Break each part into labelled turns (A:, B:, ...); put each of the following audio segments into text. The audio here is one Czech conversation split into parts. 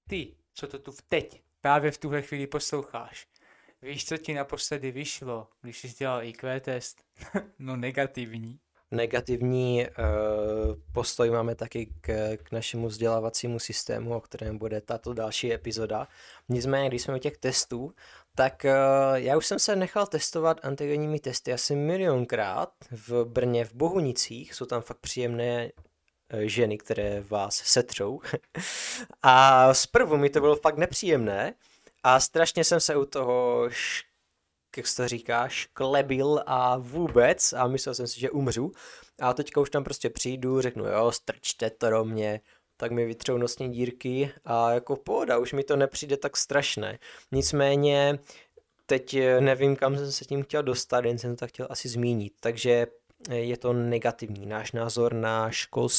A: ty, co to tu teď, právě v tuhle chvíli posloucháš, víš, co ti naposledy vyšlo, když jsi dělal IQ test? No negativní.
B: Negativní postoj máme taky k našemu vzdělávacímu systému, o kterém bude tato další epizoda. Nicméně, když jsme u těch testů, tak já už jsem se nechal testovat antigenními testy asi milionkrát v Brně, v Bohunicích. Jsou tam fakt příjemné ženy, které vás setřou. A zprvu mi to bylo fakt nepříjemné a strašně jsem se u toho jak se to říká, šklebil a vůbec a myslel jsem si, že umřu. A teďka už tam prostě přijdu, řeknu jo, strčte to do mě, tak mi vytřou nosní dírky a jako pohoda, už mi to nepřijde tak strašné. Nicméně teď nevím, kam jsem se tím chtěl dostat, jen jsem to tak chtěl asi zmínit, takže je to negativní náš názor na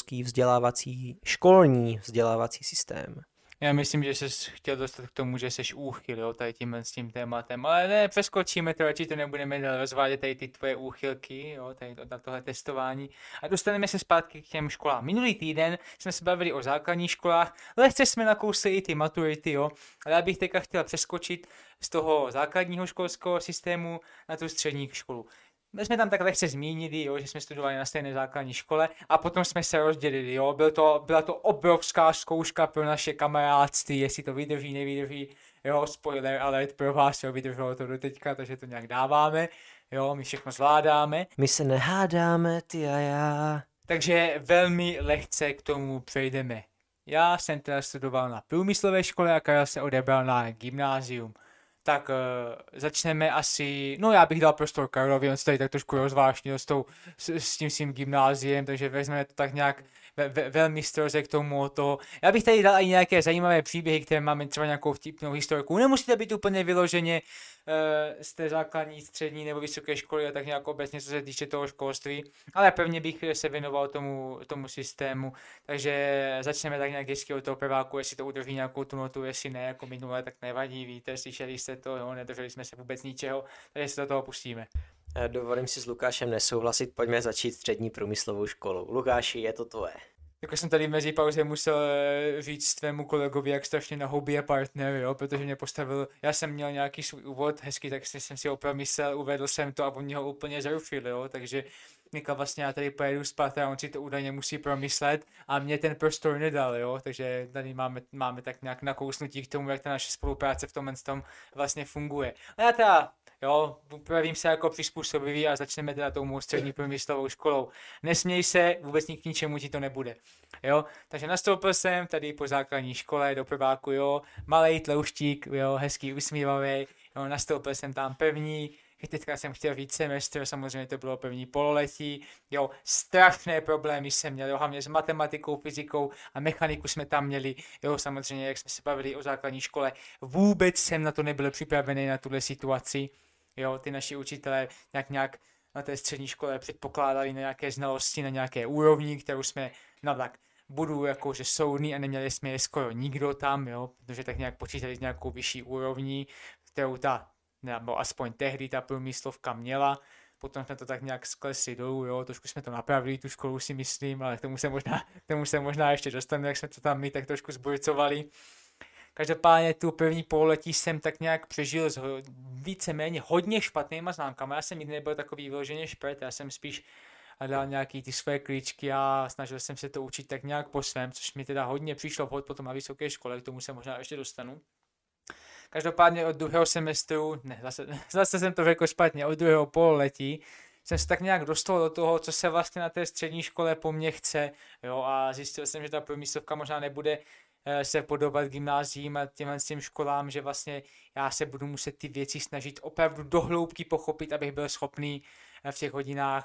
B: školní vzdělávací systém.
A: Já myslím, že jsi chtěl dostat k tomu, že jsi úchyl, jo, tady s tím tématem, ale ne, přeskočíme to, radši to nebudeme rozvádět tady ty tvoje úchylky, jo, tady na tohle testování a dostaneme se zpátky k těm školám. Minulý týden jsme se bavili o základních školách, lehce jsme nakousli i ty maturity, jo, ale já bych teďka chtěla přeskočit z toho základního školského systému na tu střední školu. My jsme tam tak lehce zmínili, jo, že jsme studovali na stejné základní škole a potom jsme se rozdělili, jo. Byla to obrovská zkouška pro naše kamarádství, jestli to vydrží, nevydrží, jo, spoiler alert pro vás, jo, vydrželo to do teďka, takže to nějak dáváme, jo, my všechno zvládáme.
B: My se nehádáme, ty a já.
A: Takže velmi lehce k tomu přejdeme. Já jsem teda studoval na průmyslové škole a Karel se odebral na gymnázium. Tak začneme asi, no já bych dal prostor Karlovi, on se tady tak trošku rozvášnil s tím svým gymnáziem, takže vezmeme to tak nějak velmi stroze k tomu toho. Já bych tady dal i nějaké zajímavé příběhy, které máme třeba nějakou vtipnou historiku. Nemusíte být úplně vyloženě z té základní, střední nebo vysoké školy a tak nějak obecně, co se týče toho školství, ale pevně bych se věnoval tomu systému, takže začneme tak nějak hezky od toho prváku, jestli to udrží nějakou tu notu, jestli ne, jako minule, tak nevadí, víte, slyšeli jste to, jo, nedrželi jsme se vůbec ničeho, takže se do toho pustíme.
B: Dovolím si s Lukášem nesouhlasit, pojďme začít střední průmyslovou školou. Lukáši, je to tvoje.
A: Jako jsem tady mezi pauze musel říct svému kolegovi, jak strašně nahoubí je partner, jo, protože mě postavil, já jsem měl nějaký svůj úvod, hezky, tak jsem si ho promyslel, uvedl jsem to a on mě ho úplně zrufil, jo, takže Mika vlastně já tady pojedu spát a on si to údajně musí promyslet a mě ten prostor nedal, jo, takže tady máme tak nějak nakousnutí k tomu, jak ta naše spolupráce v tomhle tom vlastně funguje. A já teda, jo, projevím se jako přizpůsobivý a začneme teda tou mou střední průmyslovou školou. Nesměj se, vůbec k ničemu ti to nebude, jo, takže nastoupil jsem tady po základní škole do prváku, jo, malej tlouštík, jo, hezký, usmívavý, jo, nastoupil jsem tam první. Teďka jsem chtěl víc semestr, samozřejmě to bylo první pololetí, jo, strašné problémy jsem měl, jo, hlavně s matematikou, fyzikou a mechaniku jsme tam měli, jo, samozřejmě, jak jsme se bavili o základní škole, vůbec jsem na to nebyl připravený na tuhle situaci, jo, ty naši učitelé nějak na té střední škole předpokládali na nějaké znalosti, na nějaké úrovni, kterou jsme, no tak, budu jakože soudný a neměli jsme je skoro nikdo tam, jo, protože tak nějak počítali s nějakou vyšší úrovní, kterou nebo aspoň tehdy ta průmyslovka měla, potom jsme to tak nějak sklesli dolů, jo, trošku jsme to napravili, tu školu si myslím, ale k tomu se možná ještě dostanu, jak jsme to tam my tak trošku zburcovali. Každopádně tu první pololetí jsem tak nějak přežil s víceméně hodně špatnýma známkama, já jsem nikdy nebyl takový vyloženě šprt, já jsem spíš dal nějaký ty své klíčky a snažil jsem se to učit tak nějak po svém, což mi teda hodně přišlo vhod potom na vysoké škole, k tomu se možná ještě dostanu. Každopádně od druhého semestru, ne, zase jsem to řekl špatně, od druhého pololetí jsem se tak nějak dostal do toho, co se vlastně na té střední škole po mně chce, jo, a zjistil jsem, že ta průmyslovka možná nebude se podobat gymnáziím a těm školám, že vlastně já se budu muset ty věci snažit opravdu do hloubky pochopit, abych byl schopný v těch hodinách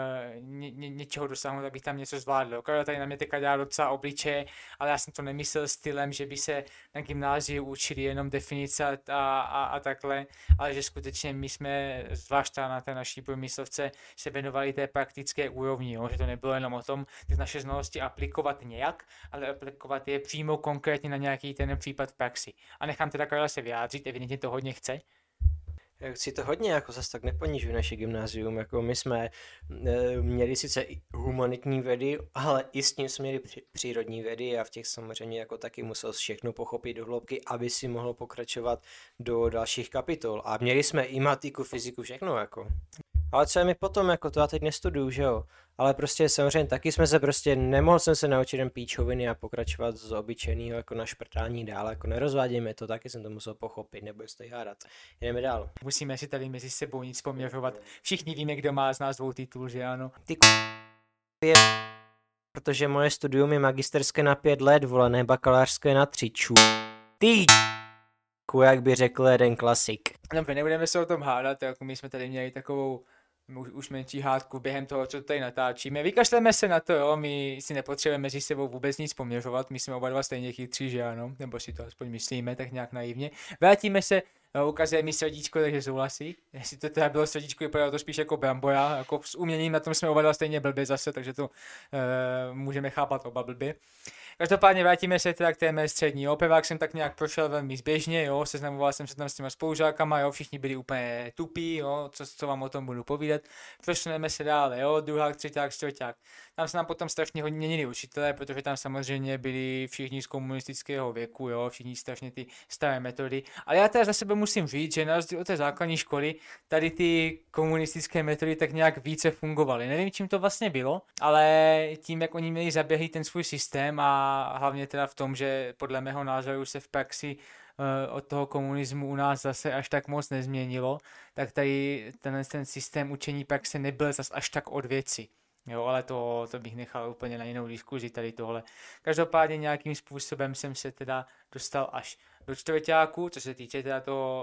A: něčeho dosáhnout, abych tam něco zvládl. Karel tady na mě teďka dělá docela obličeje, ale já jsem to nemyslel stylem, že by se na gymnáziu učili jenom definice a takhle, ale že skutečně my jsme, zvlášť na té naší průmyslovce, se věnovali té praktické úrovni, jo? Že to nebylo jenom o tom, ty naše znalosti aplikovat nějak, ale aplikovat je přímo konkrétně na nějaký ten případ v praxi. A nechám teda Karla se vyjádřit, evidentně to hodně chce.
B: Si to hodně jako zase tak neponižuji naše gymnázium, jako my jsme měli sice i humanitní vědy, ale i s tím jsme měli přírodní vědy a v těch samozřejmě jako taky musel všechno pochopit do hloubky, aby si mohl pokračovat do dalších kapitol a měli jsme i matiku, fyziku, všechno jako. Ale co je mi potom, jako to já teď nestuduju, že jo? Ale prostě samozřejmě taky nemohl jsem se naučit jen píčoviny a pokračovat z obyčejného jako na šprtání dál, jako nerozvádějme to, taky jsem to musel pochopit, nebudu se hádat. Jdeme dál.
A: Musíme si tady mezi sebou nic poměřovat. Všichni víme, kdo má z nás 2 titulů, že ano?
B: Ty protože moje studium je magisterské na 5 let, vole, ne bakalářské na 3, Ty jak by řekl jeden klasik.
A: Dobře, nebudeme se o tom hádat, jako my jsme tady měli takovou už menší hádku během toho, co tady natáčíme. Vykašleme se na to, jo, my si nepotřebujeme mezi sebou vůbec nic poměřovat, my jsme oba dva stejně chytří, že ano, nebo si to aspoň myslíme, tak nějak naivně. Vrátíme se, ukazuje mi srdíčko, takže souhlasí. Jestli to teda bylo srdíčko, vypadalo to spíš jako brambora, jako s uměním na tom jsme oba dva stejně blbě zase, takže to můžeme chápat oba blbě. Každopádně vrátíme se teda k té mé střední, jo, prvák jsem tak nějak prošel velmi zběžně, jo, seznamoval jsem se tam s těma spolužákama, jo, všichni byli úplně tupí, jo, co vám o tom budu povídat. Přesuneme se dále, jo, druhák, třeťák, čtvrťák. Tam se nám potom strašně hodně měnili učitelé, protože tam samozřejmě byli všichni z komunistického věku, jo, všichni strašně ty staré metody. Ale já teda za sebe musím říct, že na rozdíl od té základní školy, tady ty komunistické metody tak nějak více fungovaly. Nevím, čím to vlastně bylo, ale tím, jak oni měli zaběhlý ten svůj systém a hlavně teda v tom, že podle mého názoru se v praxi od toho komunismu u nás zase až tak moc nezměnilo, tak tady ten systém učení praxe nebyl zase až tak od věci. Jo, ale to bych nechal úplně na jinou diskuzi tady tohle. Každopádně nějakým způsobem jsem se teda dostal až do čtvrťáku, co se týče teda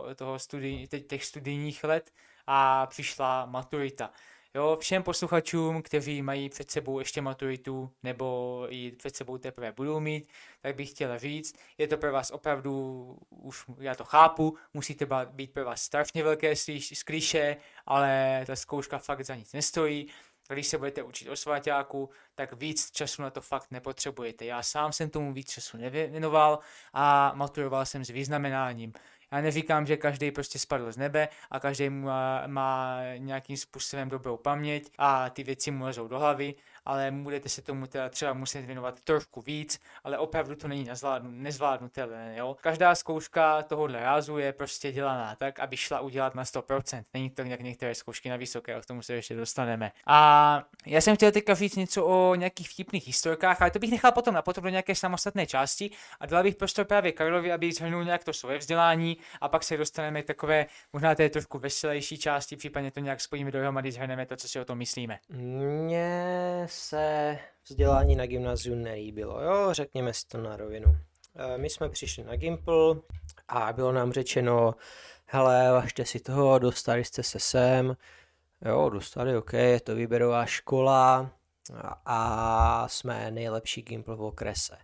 A: těch studijních let a přišla maturita. Jo, všem posluchačům, kteří mají před sebou ještě maturitu nebo ji před sebou teprve budou mít, tak bych chtěl říct, je to pro vás opravdu, už já to chápu, musíte být pro vás strašně velké klišé, ale ta zkouška fakt za nic nestojí. Když se budete učit o sváťáku, tak víc času na to fakt nepotřebujete. Já sám jsem tomu víc času nevěnoval a maturoval jsem s vyznamenáním. Já neříkám, že každý prostě spadl z nebe a každý má nějakým způsobem dobrou paměť a ty věci mu lezou do hlavy, ale budete se tomu teda třeba muset věnovat trošku víc, ale opravdu to není nezvládnutelné, jo. Každá zkouška tohohle rázu je prostě dělaná tak, aby šla udělat na 100%. Není to jak některé zkoušky na vysoké, a k tomu se ještě dostaneme. A já jsem chtěl teďka říct něco o nějakých vtipných historkách, ale to bych nechal potom do nějaké samostatné části a dal bych prostor právě Karlovi, aby shrnul nějak to svoje vzdělání a pak se dostaneme k takové, možná té trošku veselější části, případně to nějak spojíme dohromady, shrneme to, co si o tom myslíme.
B: Mně se vzdělání na gymnáziu nelíbilo, jo, řekněme si to na rovinu. My jsme přišli na Gimpl a bylo nám řečeno, hele, važte si toho, dostali jste se sem, jo, dostali, ok, je to výběrová škola a jsme nejlepší Gimpl v okrese.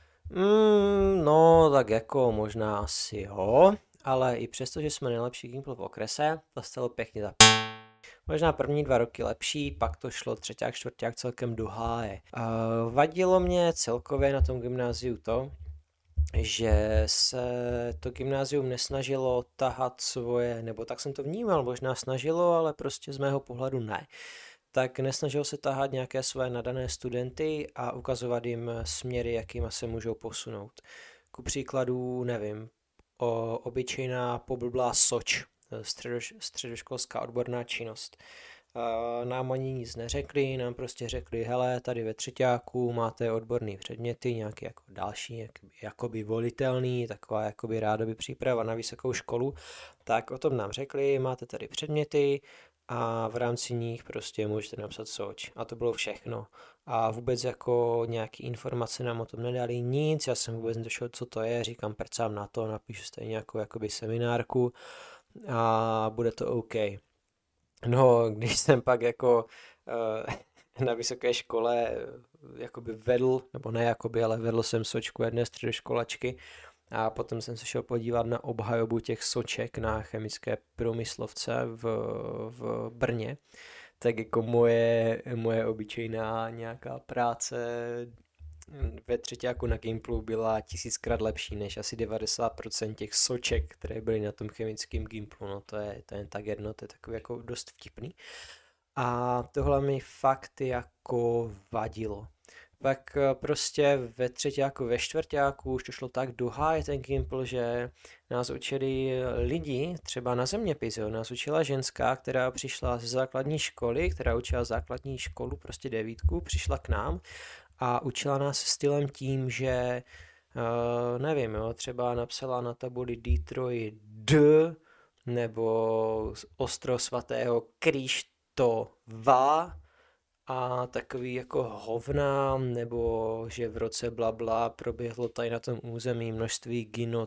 B: No, tak jako možná asi jo, ale i přesto, že jsme nejlepší Gimpl v okrese, to stalo pěkně za možná první 2 roky lepší, pak to šlo třeťák, čtvrťák celkem do háje. Vadilo mě celkově na tom gymnáziu to, že se to gymnázium nesnažilo tahat svoje, nebo tak jsem to vnímal, možná snažilo, ale prostě z mého pohledu ne. Tak nesnažilo se tahat nějaké své nadané studenty a ukazovat jim směry, jakýma se můžou posunout. Ku příkladu, nevím, obyčejná poblblá SOČ, středoškolská odborná činnost. Nám ani nic neřekli, nám prostě řekli, hele, tady ve třeťáku máte odborné předměty, nějaký jako další, jakoby volitelný, taková jakoby rádoby příprava na vysokou školu, tak o tom nám řekli, máte tady předměty a v rámci nich prostě můžete napsat SOČ. A to bylo všechno. A vůbec jako nějaký informace nám o tom nedali nic, já jsem vůbec nedošel, co to je, říkám, prcám na to, napíšu stejně nějakou jakoby seminárku a bude to OK. No, když jsem pak jako na vysoké škole jakoby vedl, nebo ne jakoby, ale vedl jsem sočku jedné středoškolačky a potom jsem se šel podívat na obhajobu těch soček na chemické průmyslovce v Brně, tak jako moje obyčejná nějaká práce ve třetíku na Gimplu byla 1000krát lepší než asi 90% těch soček, které byly na tom chemickém Gimplu. No to je jen tak jedno, to je takový jako dost vtipný. A tohle mi fakt jako vadilo. Pak prostě ve třetíku, ve čtvrtíku už to šlo tak do háje ten Gimpl, že nás učili lidi, třeba na zeměpis, jo. Nás učila ženská, která přišla ze základní školy, která učila základní školu, prostě 9, přišla k nám a učila nás stylem tím, že nevím, jo, třeba napsala na tabuli Detroit D, nebo Ostrov svatého Krištova a takový jako hovna, nebo že v roce blabla proběhlo tady na tom území množství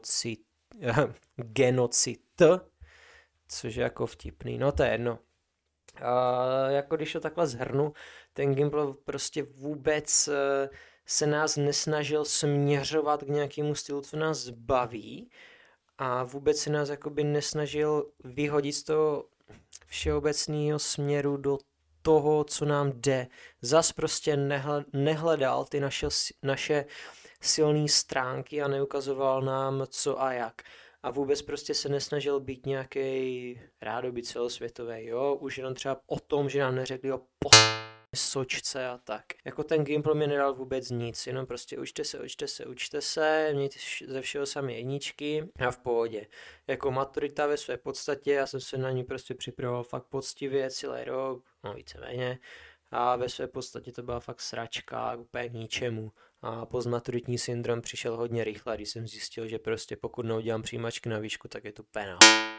B: genocid, což je jako vtipný, no to je jedno. A jako když to takhle zhrnu, ten Gimpl prostě vůbec se nás nesnažil směřovat k nějakému stylu, co nás baví, a vůbec se nás jakoby nesnažil vyhodit z toho všeobecného směru do toho, co nám jde. Zas prostě nehledal ty naše silné stránky a neukazoval nám co a jak. A vůbec prostě se nesnažil být nějaký rádoby celosvětový, jo, už jenom třeba o tom, že nám neřekli o sočce a tak. Jako ten Gimpl mi nedal vůbec nic, jenom prostě učte se, mějte ze všeho sami jedničky a v pohodě. Jako maturita ve své podstatě, já jsem se na ní prostě připravoval fakt poctivě celý rok, no víceméně, a ve své podstatě to byla fakt sračka, úplně k ničemu. A postmaturitní syndrom přišel hodně rychle, když jsem zjistil, že prostě pokud neudělám přijímačky na výšku, tak je to pena.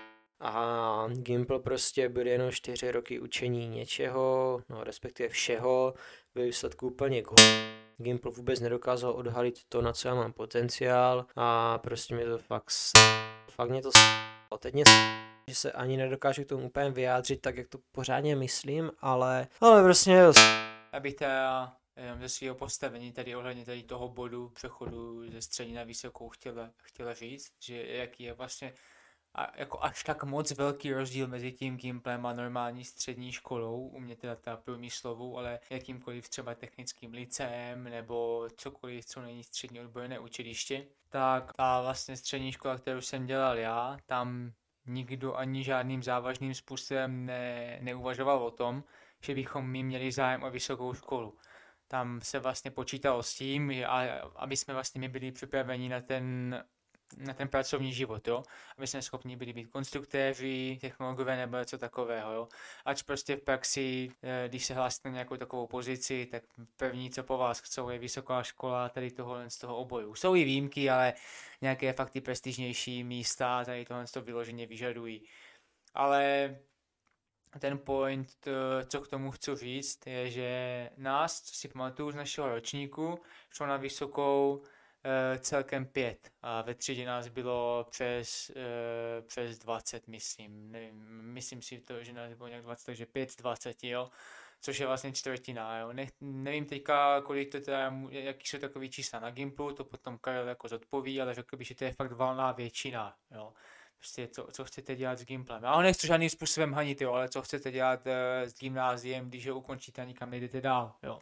B: A Gimpl prostě byl jenom 4 roky učení něčeho, no respektive všeho, ve výsledku úplně Gimpl vůbec nedokázal odhalit to, na co já mám potenciál a prostě mě to fakt mě to teď mě že se ani nedokážu k tomu úplně vyjádřit tak, jak to pořádně myslím, ale prostě
A: Abych teda ze svého postavení tady ohledně tady toho bodu přechodu ze střední na vysokou chtěla říct, že jaký je vlastně jako až tak moc velký rozdíl mezi tím Gimplem a normální střední školou, u mě teda ta průmyslovou, ale jakýmkoliv třeba technickým liceem nebo cokoliv, co není střední odborné učiliště, tak ta vlastně střední škola, kterou jsem dělal já, tam nikdo ani žádným závažným způsobem neuvažoval o tom, že bychom my měli zájem o vysokou školu. Tam se vlastně počítalo s tím, aby jsme vlastně my byli připraveni na ten pracovní život, jo? Aby jsme schopni byli být konstruktéři, technologové nebo něco takového, jo? Ač prostě v praxi, když se hlásíte na nějakou takovou pozici, tak první, co po vás chcou, je vysoká škola tady tohohle z toho oboru. Jsou i výjimky, ale nějaké fakt ty prestižnější místa tady tohle z toho vyloženě vyžadují. Ale ten point, co k tomu chci říct, je, že nás, co si pamatuju z našeho ročníku, šlo na vysokou celkem 5 a ve třídě nás bylo přes 20, myslím. Nevím, myslím si to, že nás bylo nějak 20, takže 5 z 20, jo. Což je vlastně čtvrtina, jo. Nevím teďka, kolik to teda, jaký jsou takový čísla na Gimplu, to potom Karel jako zodpoví, ale řekl bych, že to je fakt valná většina, jo. Prostě co chcete dělat s Gimplem. Já ho nechci žádným způsobem hanit, jo, ale co chcete dělat s gymnáziem, když ho ukončíte a nikam nejdete dál, jo.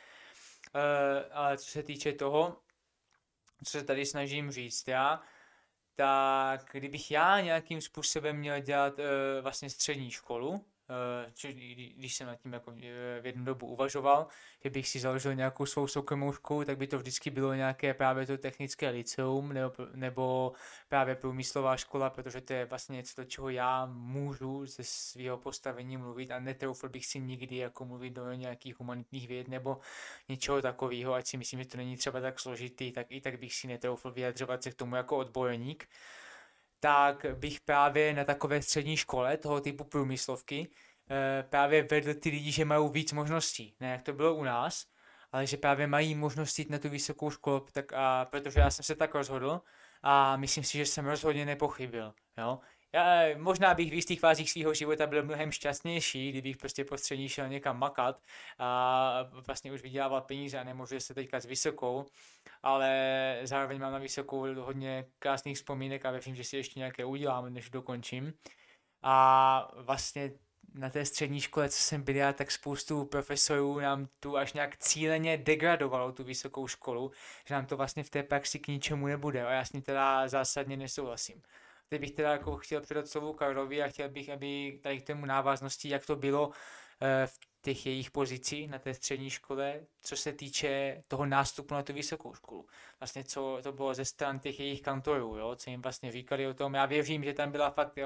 A: Ale co se týče toho, co se tady snažím říct já, tak kdybych já nějakým způsobem měl dělat vlastně střední školu, když jsem nad tím jako v jednu dobu uvažoval, že bych si založil nějakou svou soukromou školu, tak by to vždycky bylo nějaké právě to technické liceum nebo právě průmyslová škola, protože to je vlastně něco, do čeho já můžu ze svého postavení mluvit a netroufl bych si nikdy jako mluvit do nějakých humanitních věd nebo něčeho takového, ať si myslím, že to není třeba tak složitý, tak i tak bych si netroufl vyjadřovat se k tomu jako odborník. Tak bych právě na takové střední škole toho typu průmyslovky právě vedl ty lidi, že mají víc možností. Ne jak to bylo u nás, ale že právě mají možnost jít na tu vysokou školu, protože já jsem se tak rozhodl a myslím si, že jsem rozhodně nepochybil. Jo? Možná bych v jistých fázích svého života byl mnohem šťastnější, kdybych prostě po střední šel někam makat a vlastně už vydělával peníze a nemůžu se teďka s vysokou, ale zároveň mám na vysokou hodně krásných vzpomínek a věřím, že si ještě nějaké udělám, než dokončím. A vlastně na té střední škole, co jsem byl já, tak spoustu profesorů nám tu až nějak cíleně degradovalo tu vysokou školu, že nám to vlastně v té praxi k ničemu nebude a já s ní teda zásadně nesouhlasím. Teď bych teda jako chtěl předat slovo Karlovi a chtěl bych, aby tady k tomu návaznosti, jak to bylo v těch jejich pozicí na té střední škole, co se týče toho nástupu na tu vysokou školu. Vlastně co to bylo ze stran těch jejich kantorů, jo? Co jim vlastně říkali o tom. Já věřím, že tam byla fakt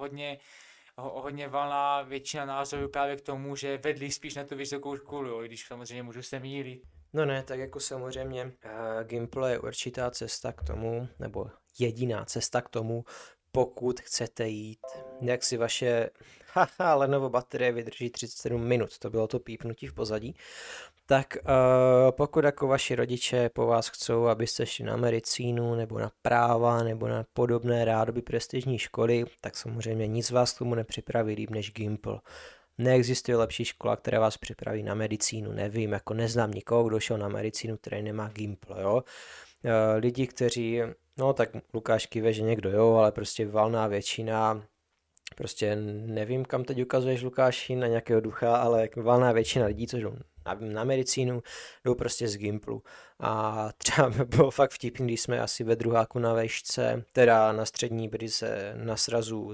A: hodně valná většina názorů právě k tomu, že vedli spíš na tu vysokou školu, jo? I když samozřejmě můžu se mýlit.
B: No ne, tak jako samozřejmě Gimple je určitá cesta k tomu, nebo jediná cesta k tomu, pokud chcete jít. Jak si vaše Lenovo baterie vydrží 37 minut, to bylo to pípnutí v pozadí, tak pokud jako vaši rodiče po vás chcou, abyste šli na medicínu, nebo na práva, nebo na podobné rádoby prestižní školy, tak samozřejmě nic vás k tomu nepřipraví líp než Gimple. Neexistuje lepší škola, která vás připraví na medicínu, nevím, jako neznám nikoho, kdo šel na medicínu, který nemá Gimple, jo. Lidi, kteří, no tak Lukáš kýve, že někdo jo, ale prostě valná většina, prostě nevím, kam teď ukazuješ Lukáši, na nějakého ducha, ale valná většina lidí, co jdou na medicínu, jdou prostě z Gimplu. A třeba bylo fakt vtipný, když jsme asi ve druháku na vejšce, teda na střední byli se na srazu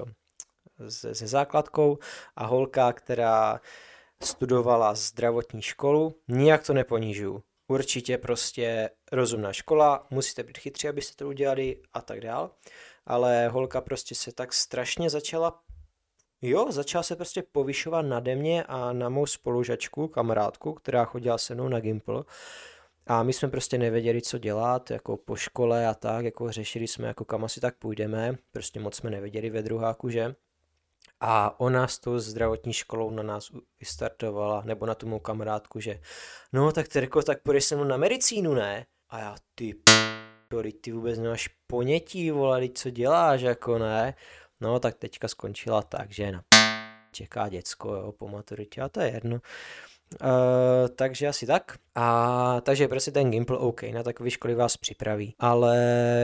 B: se základkou a holka, která studovala zdravotní školu, nijak to neponižuju. Určitě prostě rozumná škola, musíte být chytří, abyste to udělali a tak dál. Ale holka prostě se tak strašně začala se prostě povyšovat nade mě a na mou spolužačku, kamarádku, která chodila se mnou na Gimple. A my jsme prostě nevěděli, co dělat, jako po škole a tak, jako řešili jsme, jako kam asi tak půjdeme, prostě moc jsme nevěděli ve druháku, že? A ona s tou zdravotní školou na nás vystartovala, nebo na tu mou kamarádku, že no tak Terko, tak půjdeš se mnou na medicínu, ne? A já ty vůbec nemáš ponětí, vole, co děláš, jako ne? No tak teďka skončila tak, že čeká děcko, jo, po maturitě a to je jedno. Takže asi tak. Takže prostě ten Gimple OK, na takové školy vás připraví, ale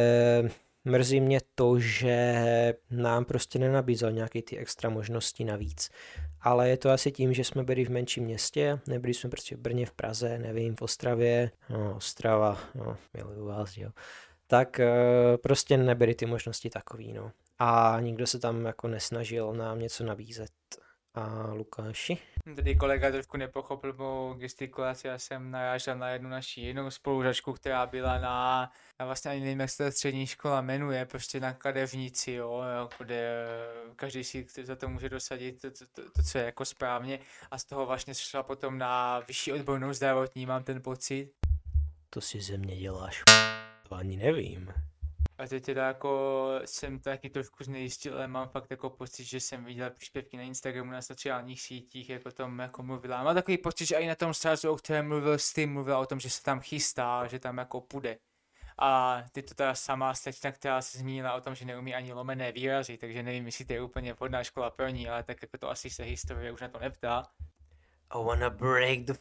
B: mrzí mě to, že nám prostě nenabízel nějaké ty extra možnosti navíc. Ale je to asi tím, že jsme byli v menším městě, nebyli jsme prostě v Brně, v Praze, nevím, v Ostravě, Ostrava, miluju vás, jo. Tak prostě nebyly ty možnosti takový, no. A nikdo se tam jako nesnažil nám něco nabízet. A Lukáši?
A: Tady kolega trošku nepochopil mou gestikulaci, já jsem narážel na jednu naši jinou spolužačku, která byla já vlastně ani nevím, jak se ta střední škola jmenuje, prostě na Kadevnici, jo, kde každý si za to může dosadit to, co je jako správně a z toho vlastně šla potom na vyšší odbornou zdravotní, mám ten pocit.
B: To si ze mě děláš, to ani nevím.
A: A teď teda jako jsem taky trošku znejistil, ale mám fakt jako pocit, že jsem viděl příspěvky na Instagramu, na sociálních sítích, jak o tom jako mluvila. Mám takový pocit, že i na tom srazu, o kterém mluvila o tom, že se tam chystá, že tam jako půjde. A ty to teda sama slečna, která se zmínila o tom, že neumí ani lomené výrazy, takže nevím, jestli to je úplně vhodná škola pro ní, ale tak jako to asi se historie už na to neptá.
B: I wanna break the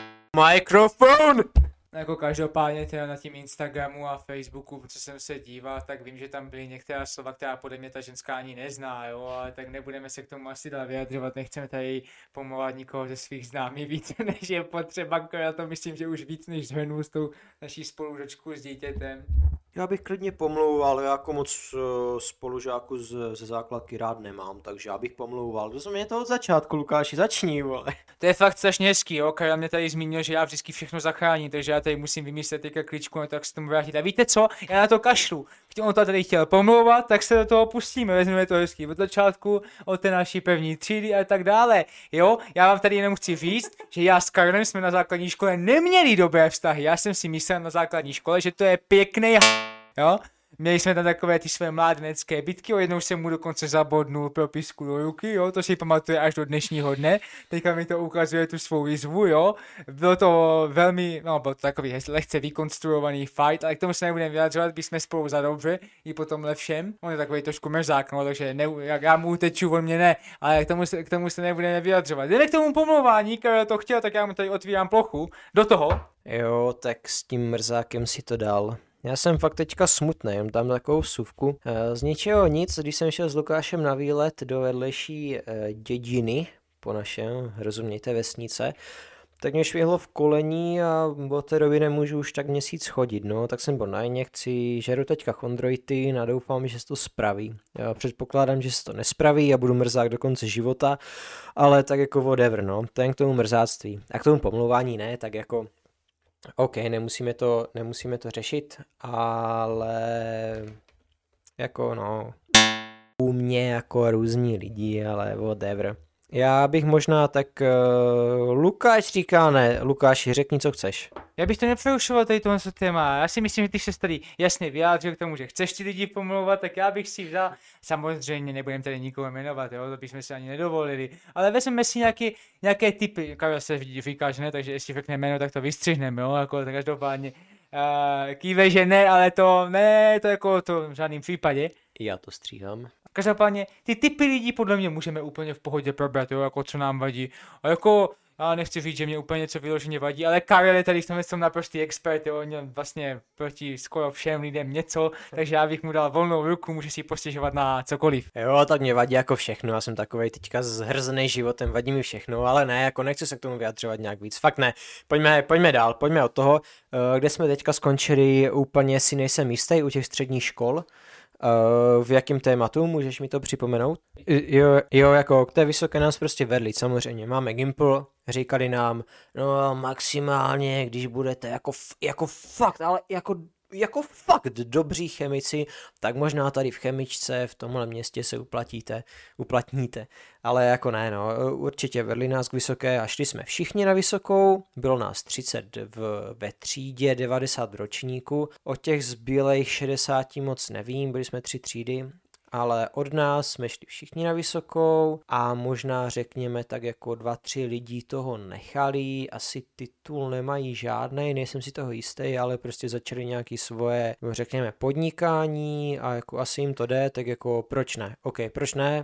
A: microphone! Jako každopádně teda na tím Instagramu a Facebooku, co jsem se díval, tak vím, že tam byly některá slova, která podle mě ta ženská ani nezná, jo, ale tak nebudeme se k tomu asi dál vyjadřovat, nechceme tady pomlouvat nikoho ze svých známých víc, než je potřeba, já to myslím, že už víc než zhrnu s tou naší spolužačkou s dítětem.
B: Já bych klidně pomlouval, já jako moc spolužáků ze základky rád nemám, takže já bych pomlouval. To jsem mě toho od začátku, Lukáši, začni, vole.
A: To je fakt strašně hezký, jo, Karel mě tady zmínil, že já vždycky všechno zachráním, takže já tady musím vymyslet teďka kličku, no tak se tomu vrátit. A víte co, já na to kašlu. On to tady chtěl pomlouvat, tak se do toho pustíme, vezmeme to hezky od začátku, od té naší první třídy a tak dále. Jo, já vám tady jenom chci říct, že já s Karlem jsme na základní škole neměli dobré vztahy. Já jsem si myslel na základní škole, že to je pěkný jo. Měli jsme tam takové ty své mládenecké bitky, jednou jsem mu dokonce zabodnul propisku do ruky, jo, to si pamatuje až do dnešního dne, teďka mi to ukazuje tu svou výzvu, jo, bylo to velmi, byl to takový lehce vykonstruovaný fight, ale k tomu se nebudeme vyjadřovat, bychom spolu za dobře, i po tomhle všem, on je takový trošku mrzák, no, takže já mu uteču, on mě ne, ale k tomu se nebudeme vyjadřovat. Jdeme k tomu pomlouvání, Karel to chtěl, tak já mu tady otvírám plochu, do toho.
B: Jo, tak s tím mrzákem si to dal. Já jsem fakt teďka smutný, mám tam takovou vsuvku. Z ničeho nic, když jsem šel s Lukášem na výlet do vedlejší dědiny, po našem, rozumějte, vesnice, tak mě švihlo v kolení a od té doby nemůžu už tak měsíc chodit, no, tak jsem byl na injekci, žeru teďka chondroitin a doufám, že se to spraví. Já předpokládám, že se to nespraví a budu mrzák do konce života, ale tak jako whatever, no, to jen k tomu mrzáctví. A k tomu pomlouvání ne, tak jako OK, nemusíme to řešit, ale jako no, u mě jako různí lidi, ale whatever. Já bych možná tak, Lukáš říká ne, Lukáši, řekni, co chceš.
A: Já bych to nepřerušoval tady tohle téma. Já si myslím, že ty se tady jasně vyjádřil k tomu, že chceš ty lidi pomlouvat, tak já bych si vzal, samozřejmě nebudem tady nikoho jmenovat, jo, to bychom si ani nedovolili, ale vezmeme si nějaké typy, Karel se říká, že ne, takže jestli řekne jméno, tak to vystřihneme, jo, jako tak každopádně. Kýve, že ne, ale to jako to v žádném případě.
B: Já to stříhám.
A: Každopádně ty typy lidí podle mě můžeme úplně v pohodě probrat, jo, jako co nám vadí. A jako, já nechci říct, že mě úplně něco vyloženě vadí, ale Karel je tady v tomhle naprostý expert, jo, on vlastně proti skoro všem lidem něco, takže já bych mu dal volnou ruku, může si postěžovat na cokoliv.
B: Jo, tak mě vadí jako všechno, já jsem takovej teďka zhrzený životem, vadí mi všechno, ale ne, jako nechci se k tomu vyjadřovat nějak víc, fakt ne. Pojďme dál, pojďme od toho, kde jsme teďka skončili, úplně si nejsem jistý u těch středních škol. V jakém tématu, můžeš mi to připomenout? Jo, jako k té vysoké nás prostě vedli, samozřejmě. Máme Gimple, říkali nám, no maximálně, když budete jako fakt, ale jako fakt dobří chemici, tak možná tady v chemičce v tomhle městě se uplatníte. Ale jako ne, no, určitě vedli nás k vysoké a šli jsme všichni na vysokou, bylo nás 30 ve třídě, 90 ročníku, od těch zbylejch 60 moc nevím, byli jsme 3 třídy, ale od nás jsme šli všichni na vysokou a možná řekněme tak jako 2-3 lidi toho nechali, asi titul nemají žádnej, nejsem si toho jistý, ale prostě začali nějaký svoje, řekněme, podnikání a jako asi jim to jde, tak jako proč ne? OK, proč ne?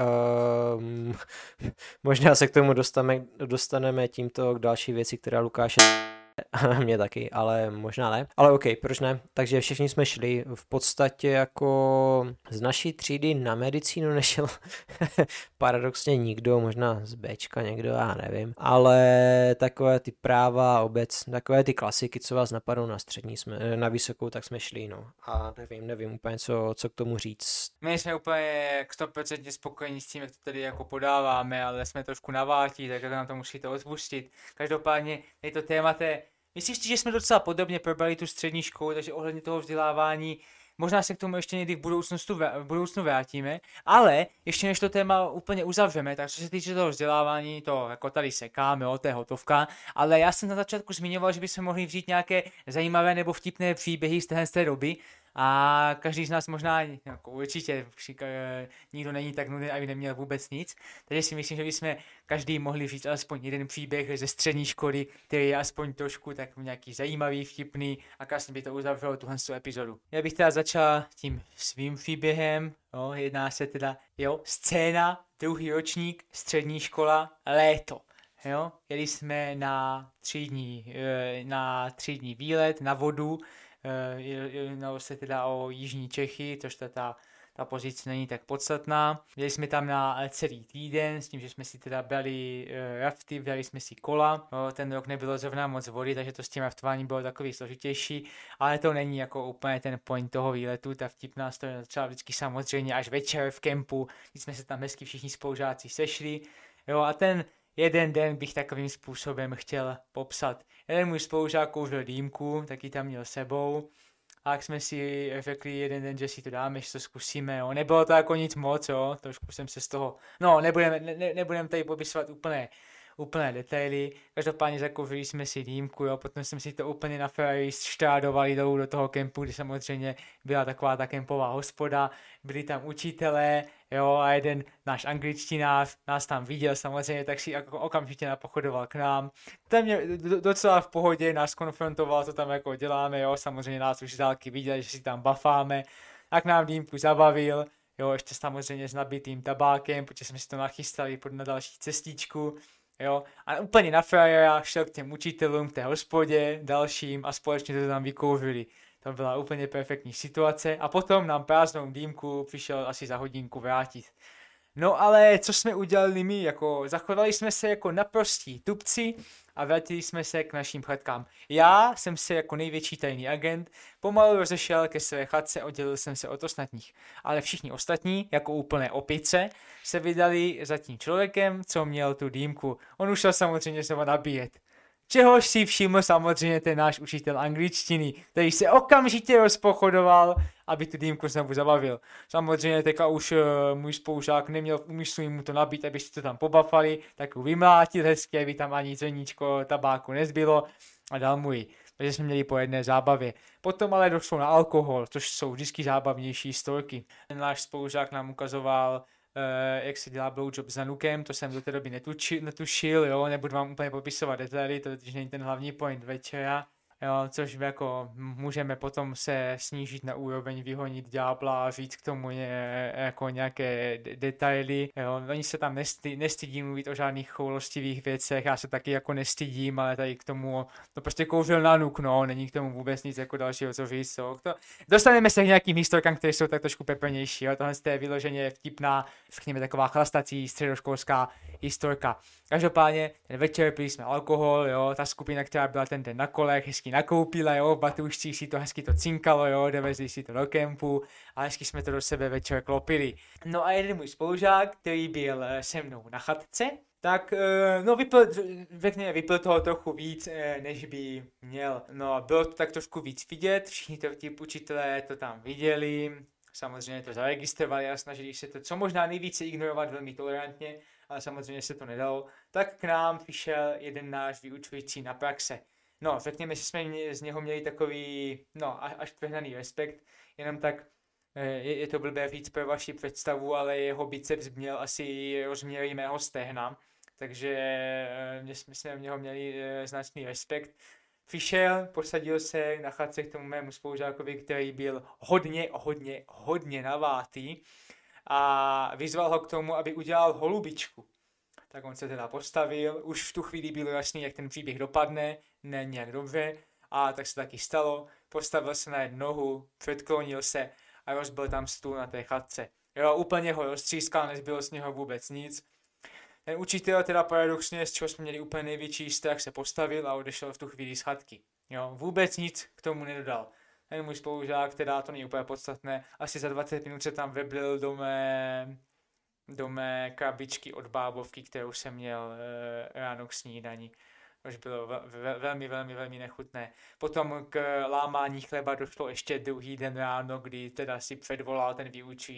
B: Možná se k tomu dostaneme tímto k další věci, která Lukáše mě taky, ale možná ne. Ale OK, proč ne? Takže všichni jsme šli v podstatě jako z naší třídy na medicínu nešel paradoxně nikdo, možná z Bčka někdo, já nevím. Ale takové ty práva, obec, takové ty klasiky, co vás napadnou na střední, na vysokou, tak jsme šli, no. A nevím úplně, co k tomu říct.
A: My jsme úplně k 100% spokojení s tím, jak to tady jako podáváme, ale jsme trošku navátí, takže nám to musíte odpustit. Každopádně je to témate. Myslím si, že jsme docela podobně probrali tu střední školu, takže ohledně toho vzdělávání možná se k tomu ještě někdy v budoucnu vrátíme, ale ještě než to téma úplně uzavřeme, tak co se týče toho vzdělávání, to jako tady sekáme, jo, to je hotovka, ale já jsem na začátku zmiňoval, že bychom mohli vzít nějaké zajímavé nebo vtipné příběhy z té doby, a každý z nás možná, jako určitě, nikdo není tak nudný, aby neměl vůbec nic, takže si myslím, že bychom každý mohli říct alespoň jeden příběh ze střední školy, který je aspoň trošku tak nějaký zajímavý, vtipný a krásně by to uzavřelo tuhle epizodu. Já bych teda začal tím svým příběhem, jo, jedná se teda, scéna, 2. ročník, střední škola, léto. Jo, jeli jsme na 3 dní výlet na vodu. Jednalo se teda o jižní Čechy, což ta pozice není tak podstatná. Byli jsme tam na celý týden, s tím, že jsme si teda brali rafty, brali jsme si kola. No, ten rok nebylo zrovna moc vody, takže to s tím raftováním bylo takový složitější, ale to není jako úplně ten point toho výletu. Ta vtipná story začala vždycky samozřejmě až večer v kempu, kdy jsme se tam hezky všichni spolužáci sešli. Jo, a ten jeden den bych takovým způsobem chtěl popsat. Jeden můj spolužák kouřil dýmku, taky tam měl sebou. A jak jsme si řekli jeden den, že si to dáme, že to zkusíme, jo. Nebylo to jako nic moc, jo. Trošku jsem se z toho, no nebudem tady popisovat úplné detaily. Každopádně zakouřili jsme si dýmku, jo. Potom jsme si to úplně na Ferrari štrádovali dolů do toho kempu, kde samozřejmě byla taková ta kempová hospoda. Byli tam učitelé, jo, a jeden náš angličtinář nás tam viděl samozřejmě, tak si jako okamžitě napochodoval k nám. Ten mě docela v pohodě nás konfrontoval, co tam jako děláme, jo, samozřejmě nás už z dálky viděl, že si tam bafáme, tak nám dýmku zabavil, jo, ještě samozřejmě s nabitým tabákem, protože jsme si to nachystali na další cestičku, jo, a úplně na frajera šel k těm učitelům, k té hospodě, dalším a společně to tam vykouřili. To byla úplně perfektní situace a potom nám prázdnou dýmku přišel asi za hodinku vrátit. No ale co jsme udělali my, jako zachovali jsme se jako naprostí tupci a vrátili jsme se k našim chatkám. Já jsem se jako největší tajný agent pomalu rozešel ke své chatce, oddělil jsem se od ostatních. Ale všichni ostatní, jako úplné opice, se vydali za tím člověkem, co měl tu dýmku. On už šel samozřejmě se nabíjet. Čehož si všiml samozřejmě ten náš učitel angličtiny, který se okamžitě rozpochodoval, aby tu dýmku znovu zabavil. Samozřejmě teďka už můj spolužák neměl v úmyslu mu to nabít, aby si to tam pobafali, tak ho vymlátil hezky, aby tam ani zrníčko tabáku nezbylo a dal mu ji. Takže jsme měli po jedné zábavě. Potom ale došlo na alkohol, což jsou vždycky zábavnější storky. Ten náš spolužák nám ukazoval, jak se dělá blowjob s Nanukem, to jsem do té doby netušil, jo, nebudu vám úplně popisovat detaily, to není ten hlavní point večera, jo, což jako můžeme potom se snížit na úroveň vyhonit ďábla a říct k tomu jako nějaké detaily, jo, oni se tam nestydí mluvit o žádných choulostivých věcech, já se taky jako nestydím, ale tady k tomu, to prostě kouřil Nanuk, no, není k tomu vůbec nic jako dalšího co říct, jo. Dostaneme se k nějakým historkám, které jsou tak trošku peprnější, jo, tohle je vyloženě vtipná, řekněme taková chlastací středoškolská historka. Každopádně ten večer pili jsme alkohol, jo, ta skupina, která byla ten den na kolech, hezky nakoupila, jo, v batůžcích si to hezky to cinkalo, jo, dovezli si to do kempu a hezky jsme to do sebe večer klopili. No a jeden můj spolužák, který byl se mnou na chatce, tak no vypil toho trochu víc, než by měl. No bylo to tak trošku víc vidět, všichni ti učitelé to tam viděli, samozřejmě to zaregistrovali a snažili se to co možná nejvíce ignorovat velmi tolerantně, ale samozřejmě se to nedalo. Tak k nám přišel jeden náš vyučující na praxe. No, řekněme, že jsme z něho měli takový, no, až přehnaný respekt, jenom tak, je to blbé říct pro vaši představu, ale jeho biceps měl asi rozměry mého stehna, takže jsme v něho měli značný respekt. Přišel, posadil se na chatce k tomu mému spolužákovi, který byl hodně navátý a vyzval ho k tomu, aby udělal holubičku. Tak on se teda postavil, už v tu chvíli bylo jasný, jak ten příběh dopadne, ne nějak dobře, a tak se taky stalo, postavil se na jednu nohu, předklonil se a rozbil tam stůl na té chatce. Jo, úplně ho roztřískal, nezbylo z něho vůbec nic. Ten učitel teda paradoxně, z čeho jsme měli úplně největší strach, se postavil a odešel v tu chvíli z chatky. Jo, vůbec nic k tomu nedodal. Ten můj spolužák, teda to není úplně podstatné, asi za 20 minut se tam veblil do mé krabičky od bábovky, kterou jsem měl ráno k snídani. Což bylo velmi nechutné. Potom k lámání chleba došlo ještě druhý den ráno, kdy teda si předvolal ten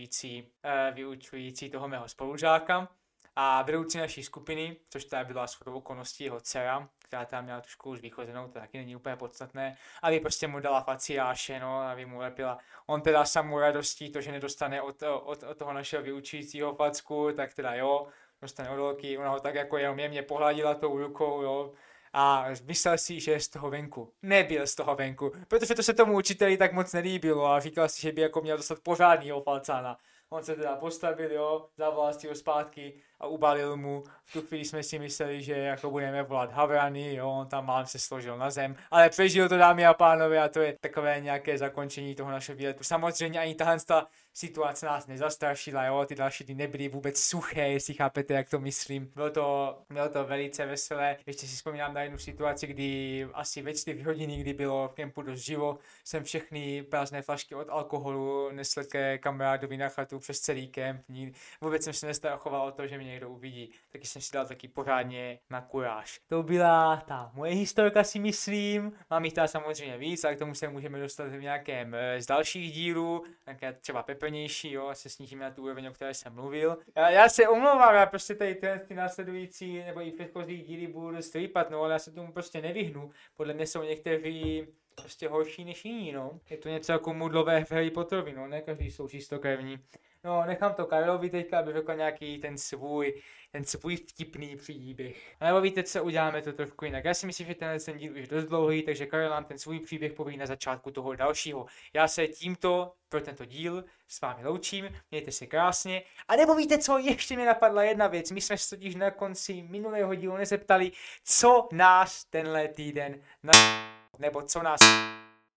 A: vyučující toho mého spolužáka. A vedoucí naší skupiny, což teda byla shodou okolností jeho dcera, která tam měla trošku už vychozenou, to taky není úplně podstatné, aby prostě mu dala faciáše, no, aby mu lepila. On teda samou radostí, to, že nedostane od toho našeho vyučujícího facku, tak teda jo, dostane od holky, ona ho tak jako jenom jemně pohladila tou rukou, jo, a myslel si, že je z toho venku. Nebyl z toho venku, protože to se tomu učiteli tak moc nelíbilo a říkal si, že by jako měl dostat pořádnýho facána. On se teda postavil, jo, zavolal si ho zpátky a ubalil mu. V tu chvíli jsme si mysleli, že jako budeme volat havrany, jo, on tam málem se složil na zem, ale přežil to, dámy a pánové, a to je takové nějaké zakončení toho našeho výletu. Samozřejmě ani tahle situace nás nezastrašila, jo, ty další dny nebyly vůbec suché, jestli chápete, jak to myslím. Bylo to velice veselé. Ještě si vzpomínám na jednu situaci, kdy asi ve 4 hodiny, kdy bylo v kempu dost živo, jsem všechny prázdné flašky od alkoholu nesl ke kamarádovi na chatu přes celý kemp. Vůbec jsem se nestrachoval o to, že mě někdo uvidí. Taky jsem si dal taky pořádně na kuráž. To byla ta moje historka, si myslím. Mám jich tady samozřejmě víc, ale k tomu se můžeme dostat v nějakém z dalších dílů, nějaké třeba peprnější, jo, se snížíme na tu úroveň, o které jsem mluvil. Já se omlouvám, já prostě tady ty následující nebo i předchozí díly budu střípat, no, ale já se tomu prostě nevyhnu. Podle mě jsou někteří prostě horší než jiní, no. Je to něco jako mudlové v Harry Potterovi, no, ne každý jsou čistokrevní. No, nechám to Karlovi teďka, aby řekl nějaký ten svůj vtipný příběh. A nebo víte co, uděláme to trošku jinak. Já si myslím, že ten díl už je dost dlouhý, takže Karel nám ten svůj příběh poví na začátku toho dalšího. Já se tímto pro tento díl s vámi loučím, mějte se krásně. A nebo víte co, ještě mi napadla jedna věc. My jsme se totiž na konci minulého dílu nezeptali, co nás tenhle týden nebo co nás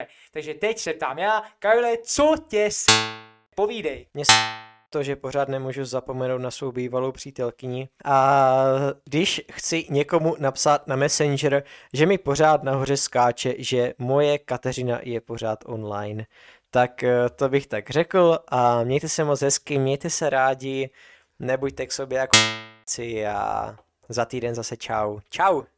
A: Takže teď se ptám já, Karle, co tě povídej.
B: Mě to, že pořád nemůžu zapomenout na svou bývalou přítelkyni a když chci někomu napsat na Messenger, že mi pořád nahoře skáče, že moje Kateřina je pořád online, tak to bych tak řekl a mějte se moc hezky, mějte se rádi, nebuďte k sobě jako a za týden zase čau. Čau!